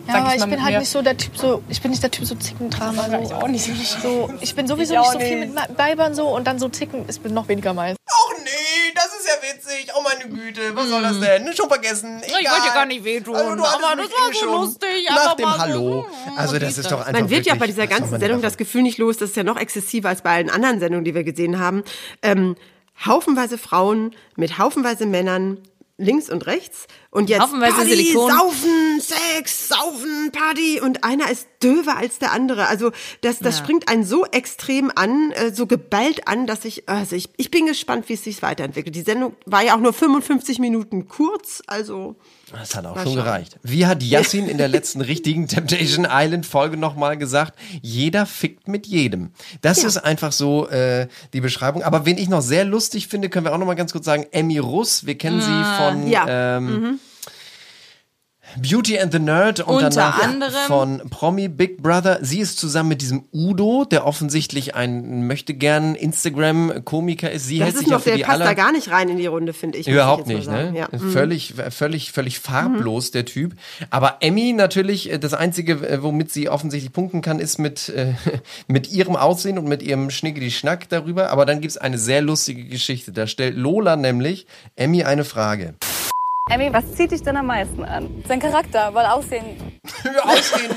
Ja, aber ich bin halt nicht so der Typ, ich bin nicht der Typ so Zickendrama. So. Ich auch nicht. Ich bin sowieso nicht so viel mit Weibern so und dann so Zicken ist noch weniger meins. Ach nee, das ist ja witzig. Oh meine Güte, was soll das denn? Schon vergessen. Egal. Ich wollte dir gar nicht wehtun, also, aber das war so lustig. Nach dem Hallo. Also das ist doch einfach Man wird ja wirklich, bei dieser ganzen Sendung das Gefühl nicht los, das ist ja noch exzessiver als bei allen anderen Sendungen, die wir gesehen haben. Haufenweise Frauen mit haufenweise Männern, links und rechts. Und jetzt haufenweise Party, Silikon. Saufen, Sex, Saufen, Party. Und einer ist döver als der andere. Also das springt einen so extrem an, so geballt an, dass ich bin gespannt, wie es sich weiterentwickelt. Die Sendung war ja auch nur 55 Minuten kurz, also... Das hat auch schon gereicht. Wie hat Yassin in der letzten richtigen Temptation Island Folge nochmal gesagt? Jeder fickt mit jedem. Das ist einfach so die Beschreibung. Aber wen ich noch sehr lustig finde, können wir auch nochmal ganz kurz sagen, Emmy Russ. Wir kennen sie von Beauty and the Nerd und danach von Promi Big Brother. Sie ist zusammen mit diesem Udo, der offensichtlich ein möchte-gern Instagram-Komiker ist. Sie hält sich ja für die passt da gar nicht rein in die Runde, finde ich. Überhaupt nicht, ne? Ja. Völlig farblos, der Typ. Aber Emmy natürlich, das Einzige, womit sie offensichtlich punkten kann, ist mit ihrem Aussehen und mit ihrem Schnickedi-Schnack darüber. Aber dann gibt's eine sehr lustige Geschichte. Da stellt Lola nämlich Emmy eine Frage. Emmy, was zieht dich denn am meisten an? Sein Charakter, weil Aussehen. Aussehen.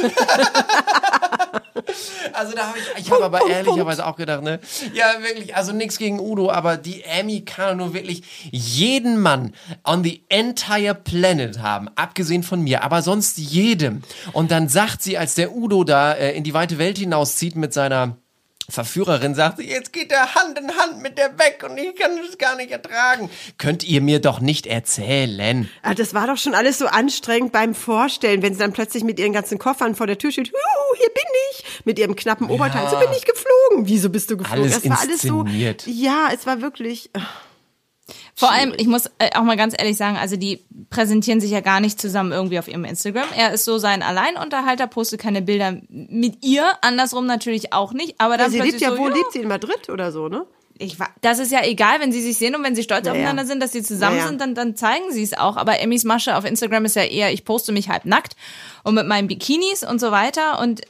Also da ich habe aber ehrlicherweise auch gedacht, ne? Ja, wirklich, also nichts gegen Udo, aber die Emmy kann nur wirklich jeden Mann on the entire planet haben, abgesehen von mir, aber sonst jedem. Und dann sagt sie, als der Udo da in die weite Welt hinauszieht mit seiner Verführerin, sagt sie, jetzt geht er Hand in Hand mit der weg und ich kann das gar nicht ertragen. Könnt ihr mir doch nicht erzählen. Das war doch schon alles so anstrengend beim Vorstellen, wenn sie dann plötzlich mit ihren ganzen Koffern vor der Tür steht, hier bin ich, mit ihrem knappen Oberteil, so bin ich geflogen. Wieso bist du geflogen? Alles inszeniert. Ja, es war wirklich... Vor allem, ich muss auch mal ganz ehrlich sagen, also die präsentieren sich ja gar nicht zusammen irgendwie auf ihrem Instagram. Er ist so sein Alleinunterhalter, postet keine Bilder mit ihr, andersrum natürlich auch nicht. Aber dann sie lebt ja, so, lebt sie in Madrid oder so, ne? Das ist ja egal, wenn sie sich sehen und wenn sie stolz aufeinander sind, dass sie zusammen sind, dann zeigen sie es auch. Aber Emmys Masche auf Instagram ist ja eher, ich poste mich halb nackt und mit meinen Bikinis und so weiter und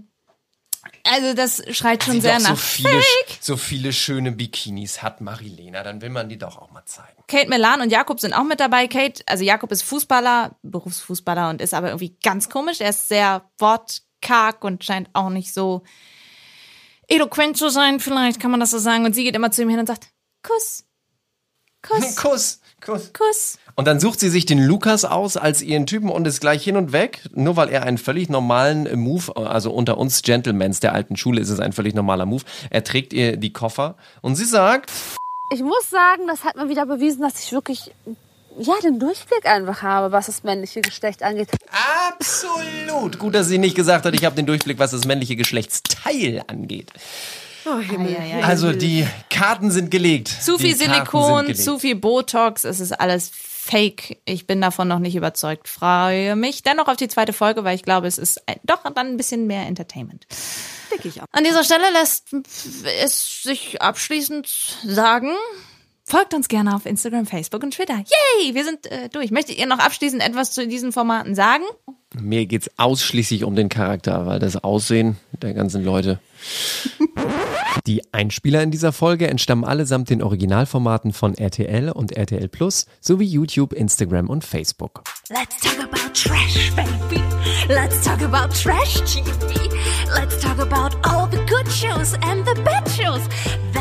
also das schreit schon sehr nach Fake. So viele schöne Bikinis hat Marilena, dann will man die doch auch mal zeigen. Kate Milan und Jakob sind auch mit dabei. Jakob ist Fußballer, Berufsfußballer und ist aber irgendwie ganz komisch. Er ist sehr wortkarg und scheint auch nicht so eloquent zu sein, vielleicht kann man das so sagen. Und sie geht immer zu ihm hin und sagt, Kuss. Kuss. Und dann sucht sie sich den Lukas aus als ihren Typen und ist gleich hin und weg, nur weil er einen völlig normalen Move, also unter uns Gentlemans der alten Schule ist es ein völlig normaler Move, er trägt ihr die Koffer und sie sagt... Ich muss sagen, das hat mir wieder bewiesen, dass ich wirklich den Durchblick einfach habe, was das männliche Geschlecht angeht. Absolut. Gut, dass sie nicht gesagt hat, ich habe den Durchblick, was das männliche Geschlechtsteil angeht. Oh, Himmel. Also die Karten sind gelegt. Zu viel Silikon, zu viel Botox, es ist alles fake. Ich bin davon noch nicht überzeugt. Freue mich dennoch auf die zweite Folge, weil ich glaube, es ist doch dann ein bisschen mehr Entertainment. Denke ich auch. An dieser Stelle lässt es sich abschließend sagen, folgt uns gerne auf Instagram, Facebook und Twitter. Yay, wir sind durch. Möchtet ihr noch abschließend etwas zu diesen Formaten sagen? Mir geht's ausschließlich um den Charakter, weil das Aussehen der ganzen Leute... Die Einspieler in dieser Folge entstammen allesamt den Originalformaten von RTL und RTL Plus sowie YouTube, Instagram und Facebook. Let's talk about trash, baby. Let's talk about trash TV. Let's talk about all the good shows and the bad shows